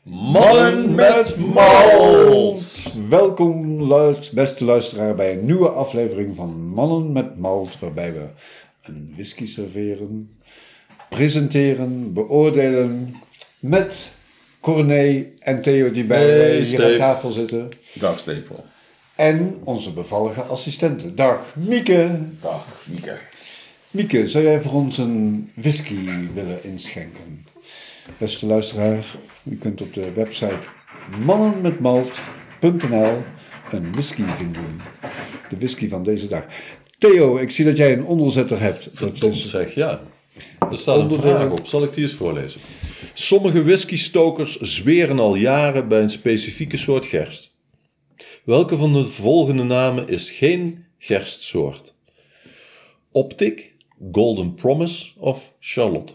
Mannen met malt! Welkom beste luisteraar bij een nieuwe aflevering van Mannen met Malt, waarbij we een whisky serveren, presenteren, beoordelen met Corné en Theo die bij hier aan tafel zitten. Dag Stefan. En onze bevallige assistenten. Dag Mieke. Dag Mieke. Mieke, zou jij voor ons een whisky willen inschenken? Beste luisteraar, u kunt op de website mannenmetmalt.nl een whisky vinden. De whisky van deze dag. Theo, ik zie dat jij een onderzetter hebt. Verdomd zeg, ja. Er staat een vraag op. Zal ik die eens voorlezen? Sommige whiskystokers zweren al jaren bij een specifieke soort gerst. Welke van de volgende namen is geen gerstsoort? Optic, Golden Promise of Charlotte?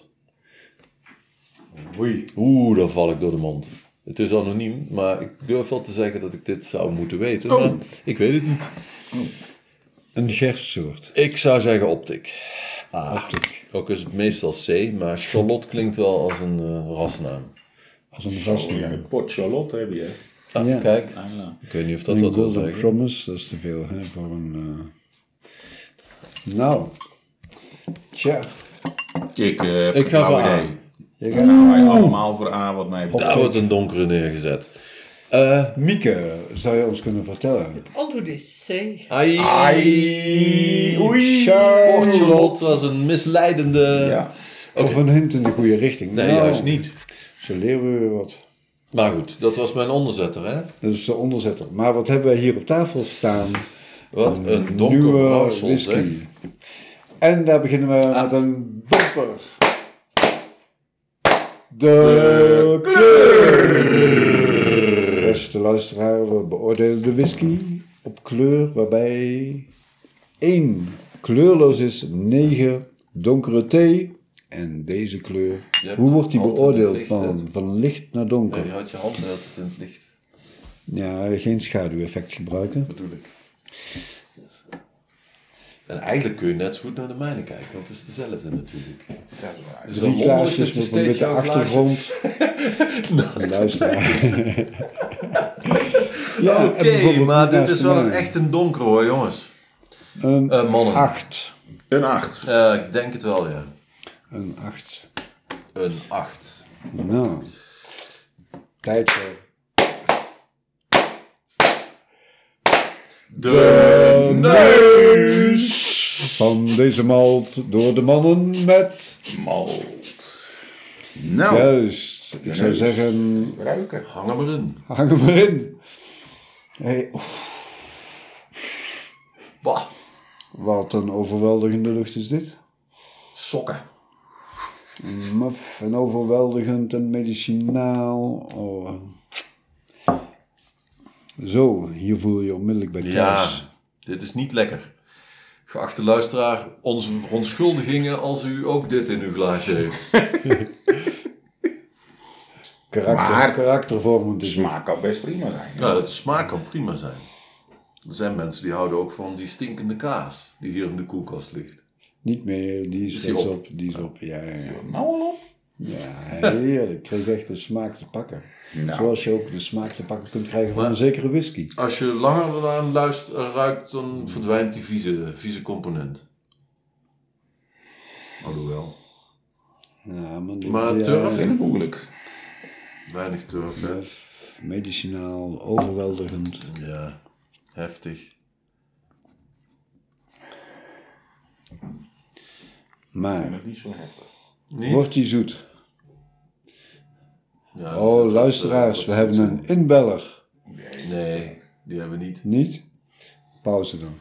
Oeh, dan val ik door de mond. Het is anoniem, maar ik durf wel te zeggen dat ik dit zou moeten weten. Maar ik weet het niet. Een gerstsoort. Ik zou zeggen Optic. Optic. Ook is het meestal C, maar Charlotte klinkt wel als een rasnaam. Als een rasnaam. Ja, Port Charlotte heb je. Ja. Kijk, Ja. ik weet niet of dat Een wat wil Golden zeggen. Promise, dat is te veel hè, voor een... Nou. Tja. Ik ga voor A. Je Wij gaat... allemaal voor A wat mij betreft. Daar wordt een donkere neergezet. Mieke, zou je ons kunnen vertellen? Het antwoord is C. Ai. Oei. Port Charlotte was een misleidende... Ja. Of een hint in de goede richting. Nee, Nou, juist niet. Zo leren we weer wat. Maar goed, dat was mijn onderzetter, hè? Dat is de onderzetter. Maar wat hebben wij hier op tafel staan? Wat een donker nieuwe brouwsel, whisky. zeg. En daar beginnen we met een bumper. De kleur. Beste luisteraar, we beoordelen de whisky op kleur, waarbij 1 kleurloos is, 9 donkere thee. En deze kleur, Je hebt hoe wordt die hand in het beoordeeld? licht, van licht naar donker? Nee, je had je hand altijd in het licht, Ja, geen schaduweffect gebruiken. bedoel ik. En eigenlijk kun je net zo goed naar de mijne kijken, want het is dezelfde natuurlijk. Het is wel 3 wonderlijk glaasjes dat je met een steeds witte jouw glaasje... achtergrond. Luisteraar. Ja, en Oké, bijvoorbeeld maar dit naast is de wel mijne. echt een donkere hoor, jongens. Een Mannen. 8. Een 8. Ik denk het wel, ja. Een 8. Een 8. Nou. Tijd voor De neus! van deze malt door de mannen met... Malt. Nou, Juist. Ik zou neus. zeggen, ruiken. Hang er maar in. hang hem erin. Hey, Bah, wat een overweldigende lucht is dit. sokken. Muf en overweldigend en medicinaal. Oh. Zo, hier voel je je onmiddellijk bij thuis. Ja, dit is niet lekker. Geachte luisteraar, onze verontschuldigingen als u ook dit in uw glaasje heeft. Maar- Karaktervormend De is smaak kan best prima zijn. Nou, het smaak kan prima zijn. Er zijn mensen die houden ook van die stinkende kaas die hier in de koelkast ligt. niet meer, die is Is die steeds op? op. Die is op, ja. Nou al op. Ja, heerlijk. Ik kreeg echt de smaak te pakken. Nou. Zoals je ook de smaak te pakken kunt krijgen van Maar- een zekere whisky. Als je langer eraan ruikt, dan verdwijnt die vieze component. Alhoewel. Ja, maar Maar turf? Vind ik moeilijk. Weinig turf, hè? medicinaal, overweldigend. Ja, heftig. Maar, vind het niet zo heftig. Niet? wordt die zoet? Ja, er Oh, zit luisteraars, wat we hebben zoets een inbeller. in. Nee, die hebben we niet. Niet? Pauze dan.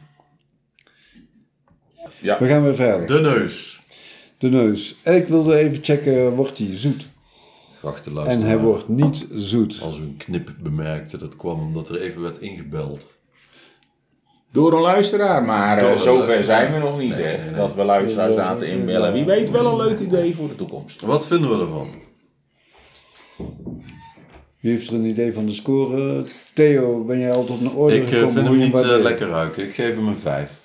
Ja. We gaan weer verder. De neus. De neus. Ik wilde even checken, wordt die zoet? Geachte En luisteraar. hij wordt niet zoet. Als u een knip bemerkte, dat kwam omdat er even werd ingebeld. Door een luisteraar, maar Door een zover luisteraar. zijn we nog niet, hè. Nee. Dat we luisteraars laten inbellen. Wie weet wel een leuk idee voor de toekomst. Wat vinden we ervan? Wie heeft er een idee van de score? Theo, ben jij altijd op een orde Ik gekomen? vind hoe hem je niet waardeert? lekker ruiken. Ik geef hem een 5.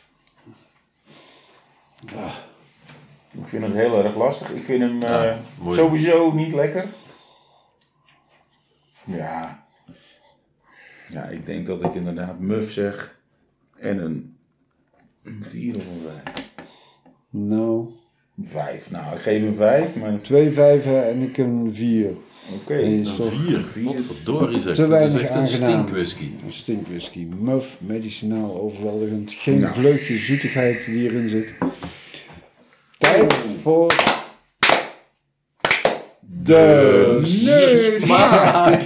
Ik vind het heel erg lastig. Ik vind hem Ja, moeilijk. sowieso niet lekker. Ja. Ja, ik denk dat ik inderdaad muf zeg. En een 4 of een 5. Nou, 5. Nou, ik geef een 5, maar... 2 vijven en ik een 4. Oké. Een Een 4. Wat verdorie zeg. Te Dat is weinig echt een aangenaam. stinkwhisky. Een stinkwhisky. Muf, medicinaal, overweldigend. Geen Nou. vleugje zoetigheid die erin zit. Tijd voor... De neusmaak.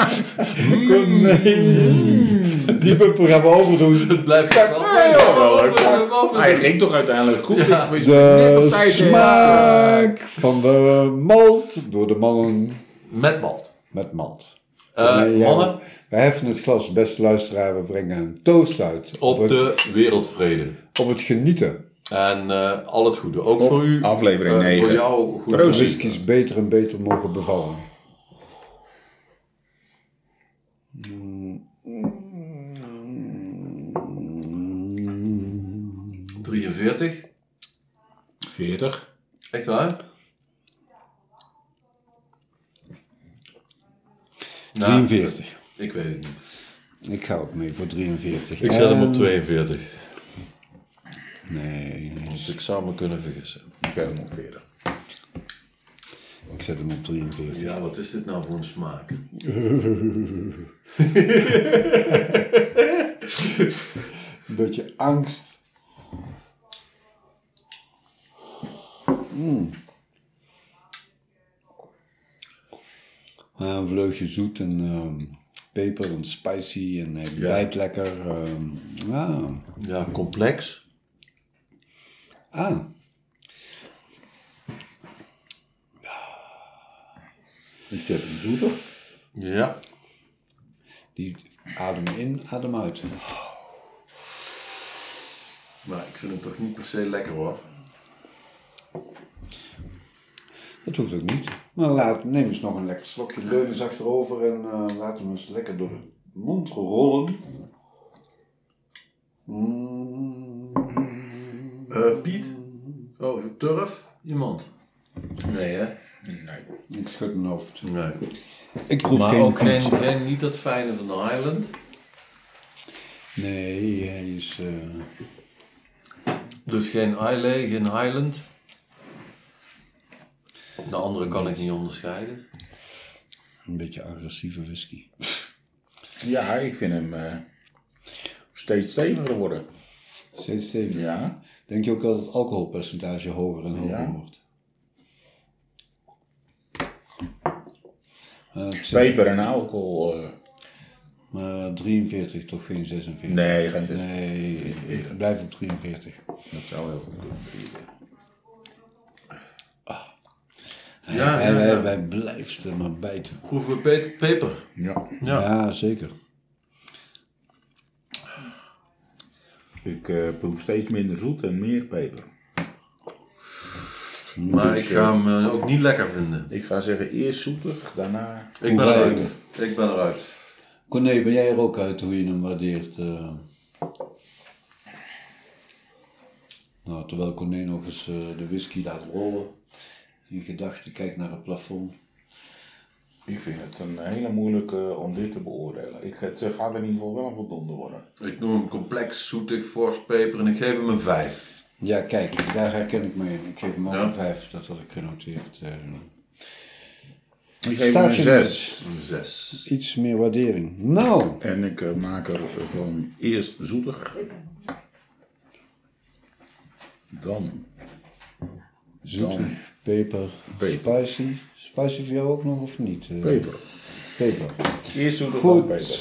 Die bumper gaan we overdoen. Het blijft wel. Hij ging toch uiteindelijk goed. Ja. Ik wist net op De tijd. smaak van de malt door de mannen Met malt. met malt. Mannen, Wij heffen het glas, beste luisteraar. We brengen een toast uit op de wereldvrede. op het genieten. En al het goede. Ook voor u. aflevering 9. Voor jou goed. Proost. Whiskies beter en beter mogen bevallen. 43. 40. Echt waar? Nou, 43. ik weet het niet. Ik ga ook mee voor 43. Ik zet hem op 42. Nee, Dus ik zou me kunnen vergissen. Ik zet hem op 40. ik zet hem op 43. Ja, wat is dit nou voor een smaak? Een beetje angst. Een vleugje zoet en peper en spicy en hij bijt lekker. Ja, complex. Ik zet hem zoetig. Ja. Die adem in, adem uit. Maar ik vind hem toch niet per se lekker hoor. Dat hoeft ook niet. Maar neem eens nog een lekker slokje. Leun eens achterover en laat hem eens lekker door de mond rollen. Piet? Oh, turf? Iemand? Nee hè? Nee. Ik schud mijn hoofd. Nee. Ik proef Maar geen ook Piet. niet dat fijne van de Highland. Nee, hij is... Dus geen Islay, geen Highland. De andere kan ik niet onderscheiden. een beetje agressieve whisky. Ja, ik vind hem steeds steviger worden. Steeds steviger. Ja. Denk je ook dat het alcoholpercentage hoger en hoger Ja. wordt? Ik zeg, Peper en alcohol. maar 43, toch geen 46? Nee, geen 6. Nee, ik blijf op 43. Dat zou heel goed kunnen. Ja, Wij blijft er maar bijten. Proeven we peper? Ja. Ja, zeker. Ik proef steeds minder zoet en meer peper. Maar ik ga hem ook niet lekker vinden. Ik ga zeggen eerst zoetig, daarna... Ik ben eruit. Ik ben eruit. Corné, ben jij er ook uit hoe je hem waardeert? Nou, terwijl Corné nog eens de whisky laat rollen. In gedachten kijkt naar het plafond. Ik vind het een hele moeilijke om dit te beoordelen. Het gaat in ieder geval wel een voldoende worden. Ik noem hem complex, zoetig, fors, peper en ik geef hem een 5. Ja, kijk, daar herken ik me in. Ik geef hem ook Ja. een 5, dat had ik genoteerd. Ik geef Staat hem een geen 6. Een 6. Iets meer waardering. Nou, En ik maak er van eerst zoetig. Dan zoetig, peper, peper. spicy. Spicy voor jou ook nog of niet? Peper. Peper. Eerst zoetig, Goed. dan peper.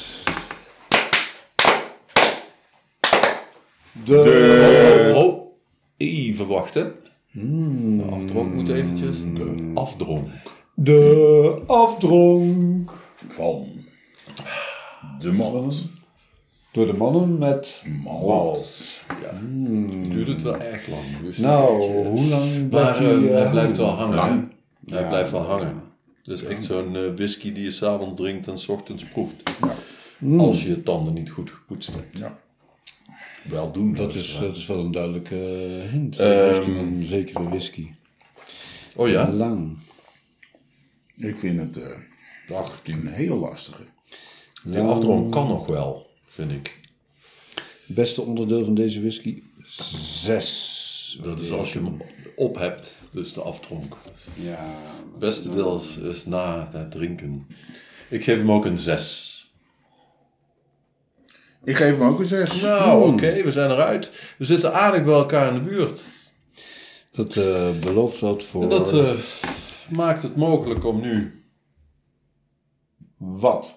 Oh, even wachten. De afdronk moet eventjes. De afdronk. De afdronk. Van de malt. Door de mannen met Malt. Duurt het wel erg lang. Dus Nou, hoe lang maar blijft hij blijft wel hangen. Lang. Hè? Hij blijft wel hangen. Dat is echt zo'n whisky die je s'avonds drinkt en 's ochtends proeft. Als je je tanden niet goed gepoetst hebt. Ja. Wel doen. Dat is wel een duidelijke hint. Ehm, Richting een zekere whisky. Oh ja? Lang. Ik vind het 18. Een hele lastige. Die afdronk kan nog wel, vind ik. Het beste onderdeel van deze whisky, 6. Dat is als je hem op hebt, dus de aftronk. Ja. Het beste deel is na het drinken. Ik geef hem ook een 6. Ik geef hem ook een 6. Nou, oké, we zijn eruit. We zitten aardig bij elkaar in de buurt. Dat belooft wat voor... En dat maakt het mogelijk om nu... Wat?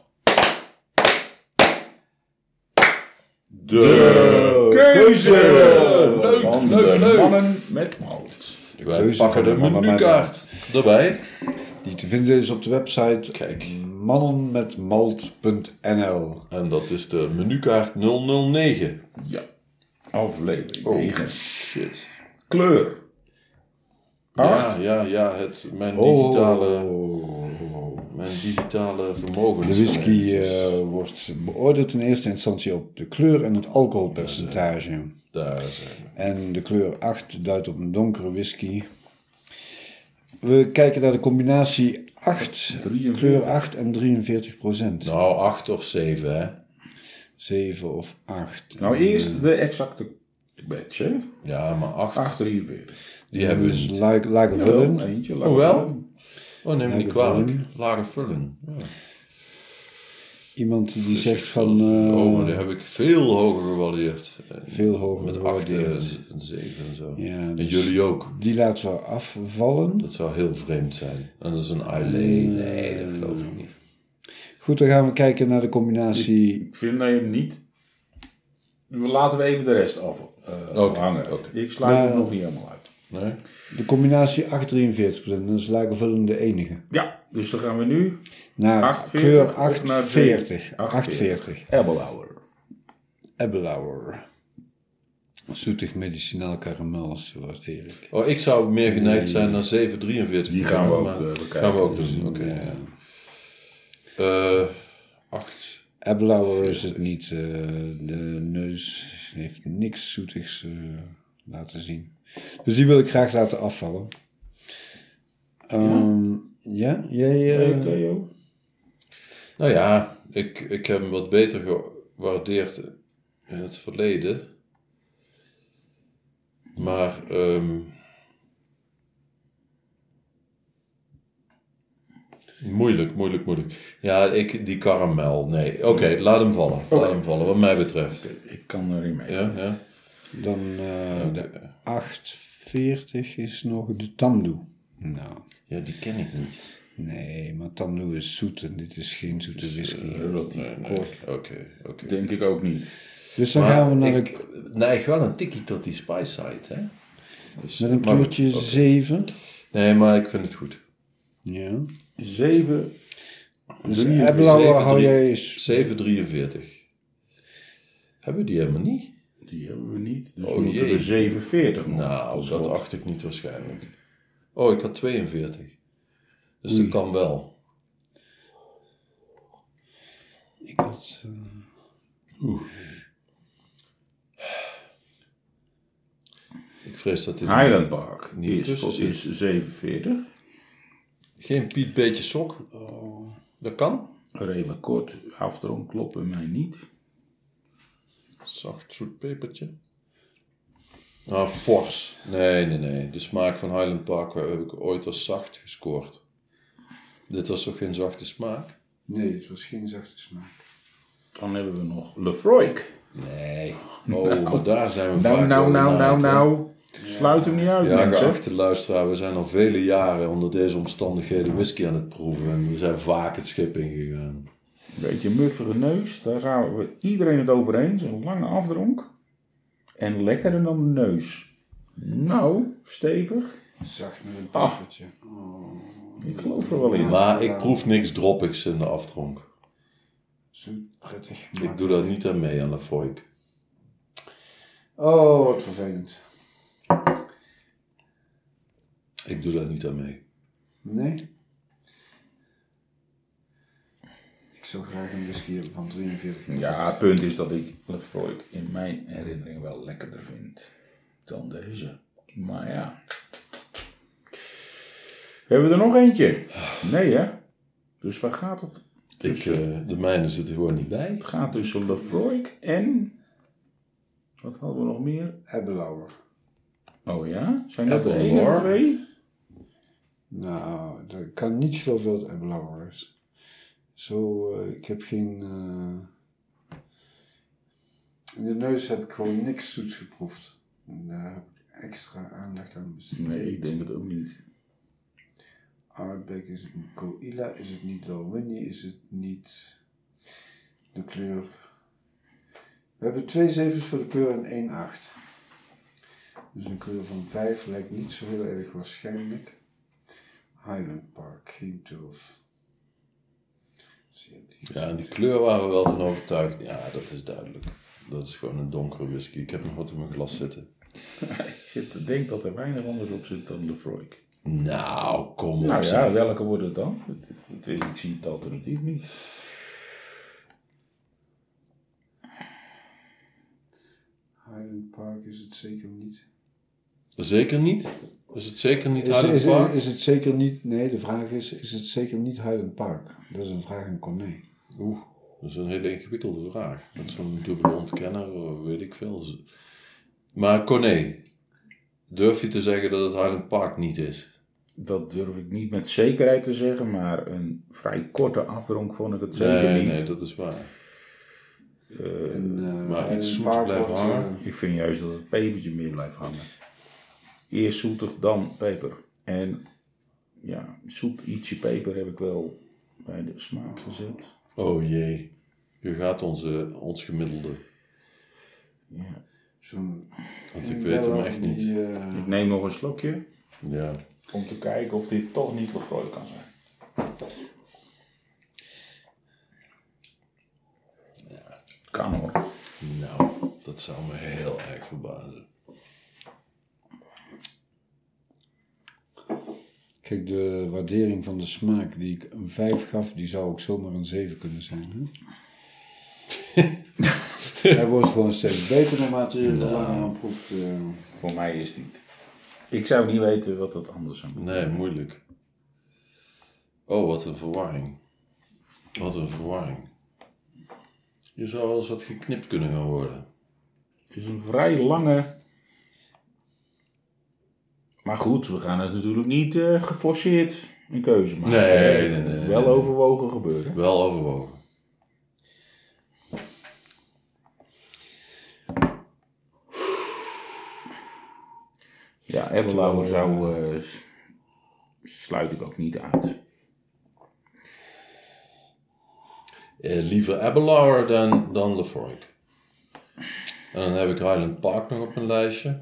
De keuze Leuk, van leuk, de leuk. mannen met malt. Wij keuze pakken van de de mannen menukaart erbij. Die te vinden is op de website Kijk. mannenmetmalt.nl. En dat is de menukaart 009. Ja, aflevering Oh, 9. shit. Kleur. 8. Ja, mijn digitale vermogen. De whisky wordt beoordeeld in eerste instantie op de kleur en het alcoholpercentage. Daar zijn we. En de kleur 8 duidt op een donkere whisky. We kijken naar de combinatie 8, 43. kleur 8 en 43%. Nou, 8 of 7, hè? 7 of 8. Nou, eerst de exacte batch, hè? Ja, maar 8, 843. die hebben we Dus niet. lager Jawel, vullen. eentje. Oh, wel? vullen. Oh, neem me niet Lage kwalijk. vullen. Lage vullen. Ja. Iemand die zegt van oh, maar die heb ik veel hoger gewaardeerd. veel hoger Met 8 gewaardeerd. en 7 en zo. Ja, En dus jullie ook. die laten we afvallen. Dat zou heel vreemd zijn. En dat is een Islay. Nee, dat geloof ik niet. Goed, dan gaan we kijken naar de combinatie. Ik vind dat je hem niet... Laten we even de rest af Oké, hangen. oké. Ik sluit Maar- hem nog niet helemaal uit. Nee? De combinatie 8,43%. Dat is lagervullen de enige. Ja, dus dan gaan we nu Naar 48 kleur of naar 840. 48. 840. Ebbelauer. Ebbelauer. Zoetig medicinaal karamel, waardeer ik. Oh, ik zou meer geneigd zijn naar 7,43. Die gaan we ook maar bekijken. gaan we ook doen. Oké. Ja. 8. Ebbelauer is het niet. De neus heeft niks zoetigs laten zien. Dus die wil ik graag laten afvallen. Ja, jij... Theo? Nou ja, ik heb hem wat beter gewaardeerd in het verleden. Maar moeilijk. Ja, die karamel, nee. Oké, laat hem vallen. Laat hem vallen, wat mij betreft. Ik kan erin mee. Ja. Dan de 840 is nog de Tamdu. Nou, Ja, die ken ik niet. nee, maar Tamdu is zoet en dit is geen zoete whisky. Relatief kort. Oké. Denk ik ook niet. Dus dan gaan we naar ik neig wel een tikkie tot die spice side, hè. Dus, met een maar goed, kleurtje oké. 7. Nee, maar ik vind het goed. Ja. 7. Dus Ebbelauer hou jij... 7,43. Hebben we die helemaal niet? Die hebben we niet. Dus Oh, moeten jee. we 47 nog. Nou, tot dat slot. acht ik niet waarschijnlijk. Oh, ik had 42. Dus dat kan wel. Ik had... Ik vrees dat dit Highland Park Niet tussen zit. is 47. geen Piet Beetje Sok. Dat kan. Redelijk kort. Afdronk klopt bij mij niet. Zacht zoet pepertje. Nou, fors. Nee. De smaak van Highland Park heb ik ooit als zacht gescoord. Dit was toch geen zachte smaak? Nee, het was geen zachte smaak. Dan hebben we nog Lefroy. Nee. Oh, maar daar zijn we vaak over Nou. Sluit hem niet uit, Ja, mensen. geachte luisteraar, we zijn al vele jaren onder deze omstandigheden whisky aan het proeven. En we zijn vaak het schip ingegaan. Beetje muffige neus. Daar zijn we iedereen het over eens. Een lange afdronk. En lekkerder dan de neus. Nou, stevig. Zacht met een Ah. pepertje. Ik geloof er wel in. Maar ik proef niks droppigs in de aftronk. Zoet, prettig. Ik doe daar niet aan mee, aan de foik. Oh, wat vervelend. Ik doe daar niet aan mee. Nee? Ik zou graag een whisky hebben van 43. Ja, het punt is dat ik Lefroy in mijn herinnering wel lekkerder vind dan deze. Maar ja. Hebben we er nog eentje? Nee, hè? Dus waar gaat het? De mijne zit er gewoon niet bij. Het gaat tussen Lefroy en... Wat hadden we nog meer? Ebbelauer. Oh ja? Zijn dat de Ebbelauer. 1 of 2? Nou, ik kan niet geloven dat het Ebbelauer is. Ik heb geen... In de neus heb ik gewoon niks zoets geproefd. En daar heb ik extra aandacht aan besteed. Nee, ik denk het ook niet. Outback, is het niet Coila, is het niet Dalwhinnie, is het niet de kleur. We hebben 2 zevens voor de kleur en 1 8. Dus een kleur van 5 lijkt niet zo heel erg waarschijnlijk. Highland Park, geen turf. Ja, en die kleur waren we wel van overtuigd. Ja, dat is duidelijk. Dat is gewoon een donkere whisky. Ik heb nog wat in mijn glas zitten. Ik denk dat er weinig anders op zit dan Lefroy. Nou, kom op. Nou ja, zeg. welke wordt het dan? Ik zie het alternatief niet. Highland Park is het zeker niet. Zeker niet? Is het zeker niet Highland Park? Is het zeker niet? Nee, de vraag is het zeker niet Highland Park? Dat is een vraag aan Corné. Oeh, dat is een hele ingewikkelde vraag. Met zo'n dubbele ontkenner, weet ik veel. Maar Corné, durf je te zeggen dat het Highland Park niet is? Dat durf ik niet met zekerheid te zeggen, maar een vrij korte afdronk vond ik het zeker niet. Nee, dat is waar. Maar Highland iets zoets Park blijft wordt, hangen. Ik vind juist dat het pepertje meer blijft hangen. Eerst zoetig, dan peper. En ja, zoet ietsje peper heb ik wel bij de smaak gezet. Oh jee, je gaat ons gemiddelde. Ja. zo'n... Want ik weet hem echt niet. Ik neem nog een slokje Ja. om te kijken of dit toch niet Lefroy kan zijn. Kan hoor. Nou, dat zou me heel erg verbazen. Kijk, de waardering van de smaak die ik een 5 gaf, die zou ook zomaar een 7 kunnen zijn. Hè? Hij wordt gewoon steeds beter naarmate je er langer aan proeft. Voor mij is het niet. Ik zou niet weten wat dat anders zou moeten. Nee, moeilijk. Oh, wat een verwarring. Wat een verwarring. Je zou wel eens wat geknipt kunnen gaan worden. Het is een vrij lange... Maar goed, we gaan het natuurlijk niet geforceerd een keuze maken. Nee, Het nee, moet wel overwogen gebeuren. Wel overwogen. Ja, Ebbelauer zou... sluit ik ook niet uit. Liever Ebbelauer dan Lefroy. En dan heb ik Highland Park nog op mijn lijstje.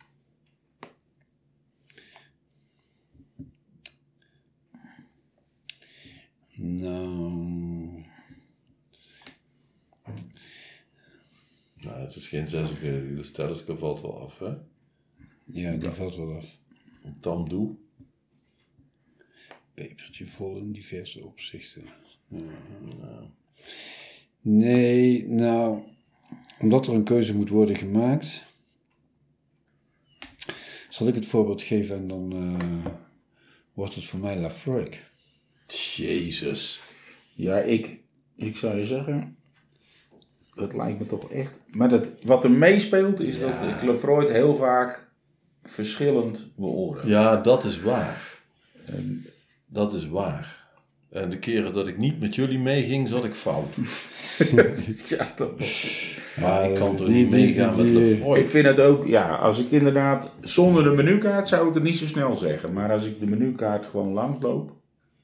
Nou, het is geen 46, dus Talisker valt wel af, hè? Ja, die valt wel af. Tamdoe. Pepertje vol in diverse opzichten. Nee, nou, omdat er een keuze moet worden gemaakt, zal ik het voorbeeld geven en dan wordt het voor mij Lafroig. Jezus. Ja, ik zou je zeggen... Het lijkt me toch echt... Maar wat er meespeelt is dat ik Lefroy heel vaak verschillend beoordeel. Ja, dat is waar. Dat is waar. En de keren dat ik niet met jullie meeging, zat ik fout. Ja, dat... Maar ik kan toch niet meegaan met Lefroy. Ik vind het ook... Ja, als ik inderdaad... Zonder de menukaart zou ik het niet zo snel zeggen. Maar als ik de menukaart gewoon langsloop...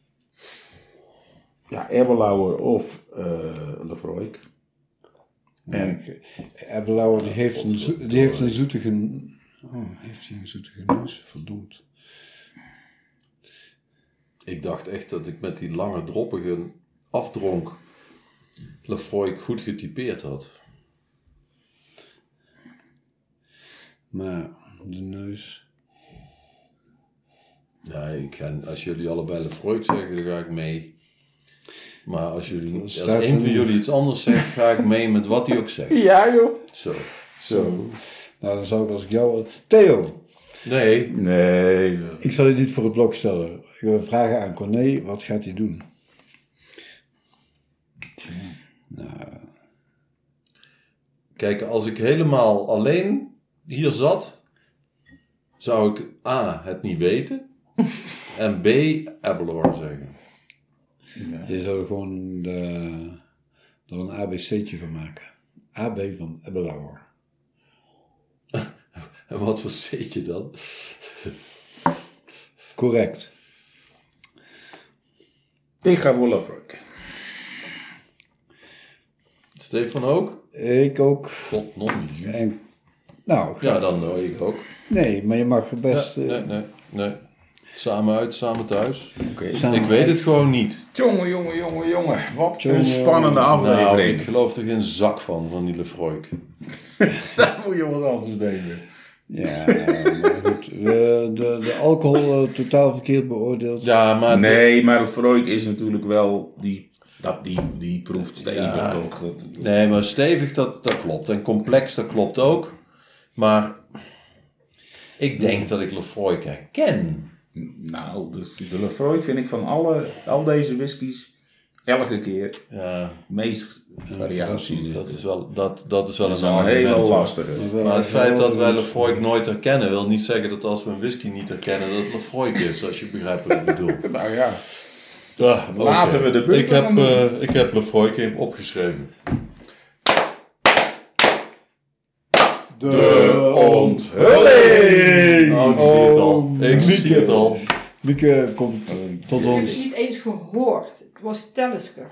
Ja, Ebbelauer of Lefroy... En Ebbelauer die heeft een zoetige... Oh, heeft hij een zoetige neus? Verdomd. Ik dacht echt dat ik met die lange droppige afdronk Lefroy goed getypeerd had. Maar de neus... Ja, als jullie allebei Lefroy zeggen, dan ga ik mee. Maar als een van jullie iets anders zegt, ga ik mee met wat hij ook zegt. ja, joh. Zo. Nou, dan zou ik als ik jou... Theo! Nee. Ik zal je niet voor het blok stellen. Ik wil vragen aan Corné, wat gaat hij doen? Kijk, als ik helemaal alleen hier zat, zou ik A, het niet weten, en B, Aberlour zeggen. Ja. Je zou er gewoon er een ABC'tje van maken. AB van Aberlour. En wat voor C'tje dan? Correct. Ik ga voor Lafroik. Stefan ook? Ik ook. God, nog niet. En, nou, Ja, dan ik ook. nee, maar je mag best... Nee. Samen uit, samen thuis. Oké. samen Ik weet uit. het gewoon niet. Jongen. Wat Jongen, een spannende Nou, aflevering. ik geloof er geen zak van die Lefroik. Daar moet je wat anders denken. Ja, maar goed. De alcohol totaal verkeerd beoordeeld. Ja, maar... Nee, maar Freud is natuurlijk wel... Die proeft stevig Ja. toch? Nee, maar stevig, dat klopt. En complex, dat klopt ook. Maar ik denk dat ik Lefroik herken. Nou, de Lefroy vind ik van al deze whiskies elke keer Ja, meest variatie. dat is wel een een hele argument, hoor. lastige. Maar het feit dat wij Lefroik nooit herkennen, wil niet zeggen dat als we een whisky niet herkennen, dat het Lefroik is, als je begrijpt wat ik bedoel. Nou ja, Ja, Laten oké. we de bumper gaan doen. Ik heb Lefroik opgeschreven. de onthulling! Oh, ik zie het al. Mieke komt tot Ik heb het ons. niet eens gehoord. Het was Talisker.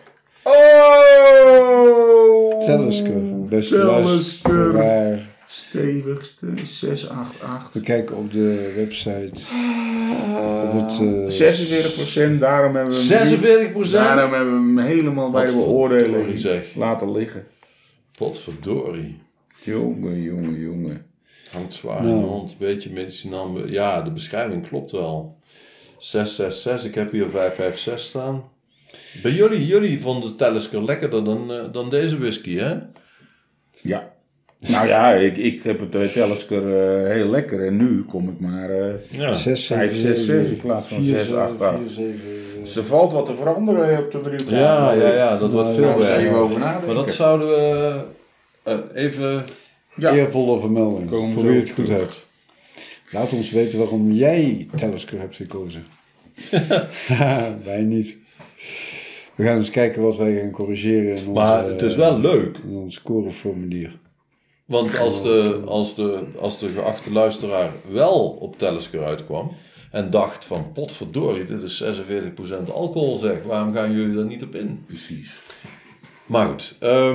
Oh! Tellesker, beste Tellesker. luisteraar. Stevigste, 688. We kijken op de website. Op het, 46%, daarom hebben we hem 46%? Daarom hebben we hem helemaal bij de Wat beoordeling verdorie zeg. laten liggen. Potverdorie. Jongen. Hangt zwaar in de hand. Beetje medicinaal. Ja, de beschrijving klopt wel. 666, ik heb hier 556 staan. Bij jullie vonden Talisker lekkerder dan deze whisky, hè? Ja. Nou ja, ik heb het Tellesker heel lekker en nu kom ik maar Ja. 566 in plaats van 688. Dus er valt wat te veranderen op de brief. Ja, dat wordt veel Daar moet je werk. even over nadenken. Maar dat zouden we even... Ja. Eervolle vermelding. Komen Voor zo wie het goed terug. hebt. Laat ons weten waarom jij Talisker hebt gekozen. Wij niet. We gaan eens kijken wat wij gaan corrigeren in onze, Maar het is wel leuk. in ons scoreformulier. Want als de geachte luisteraar wel op Talisker uitkwam en dacht van potverdorie, dit is 46% alcohol zeg, waarom gaan jullie daar niet op in? Precies. Maar goed,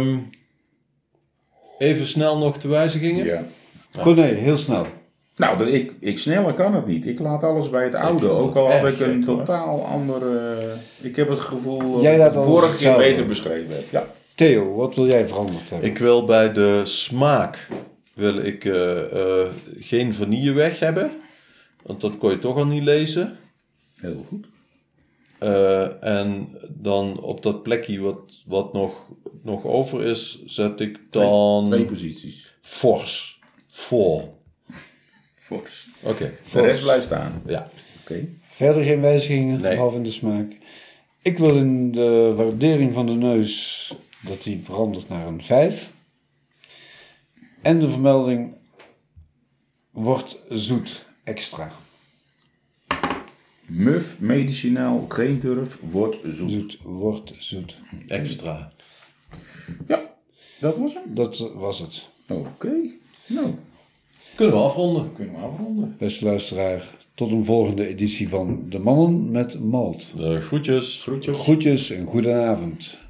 even snel nog de wijzigingen. Ja. Corné, heel snel. Nou, ik sneller kan het niet. Ik laat alles bij het oude. vind Ook het al had erg ik een gek, hoor. totaal andere... Ik heb het gevoel dat Jij ik laat het alles vorige keer hetzelfde. beter beschreven heb. Ja. Theo, wat wil jij veranderd hebben? Ik wil bij de smaak geen vanille weg hebben, want dat kon je toch al niet lezen. Heel goed. En dan op dat plekje wat nog over is, zet ik dan Twee posities. fors. Vol. Fors. Oké. De rest blijft staan. Ja. Oké. Verder geen wijzigingen, Nee. behalve in de smaak. Ik wil in de waardering van de neus dat die verandert naar een 5. En de vermelding wordt zoet extra. Muf, medicinaal, geen turf, wordt zoet. Zoet wordt zoet. Extra. Ja, dat was hem. Dat was het. Oké. Nou, Kunnen we afronden. kunnen we afronden. Beste luisteraar, tot een volgende editie van De Mannen met Malt. Groetjes. Groetjes. Groetjes en goedenavond.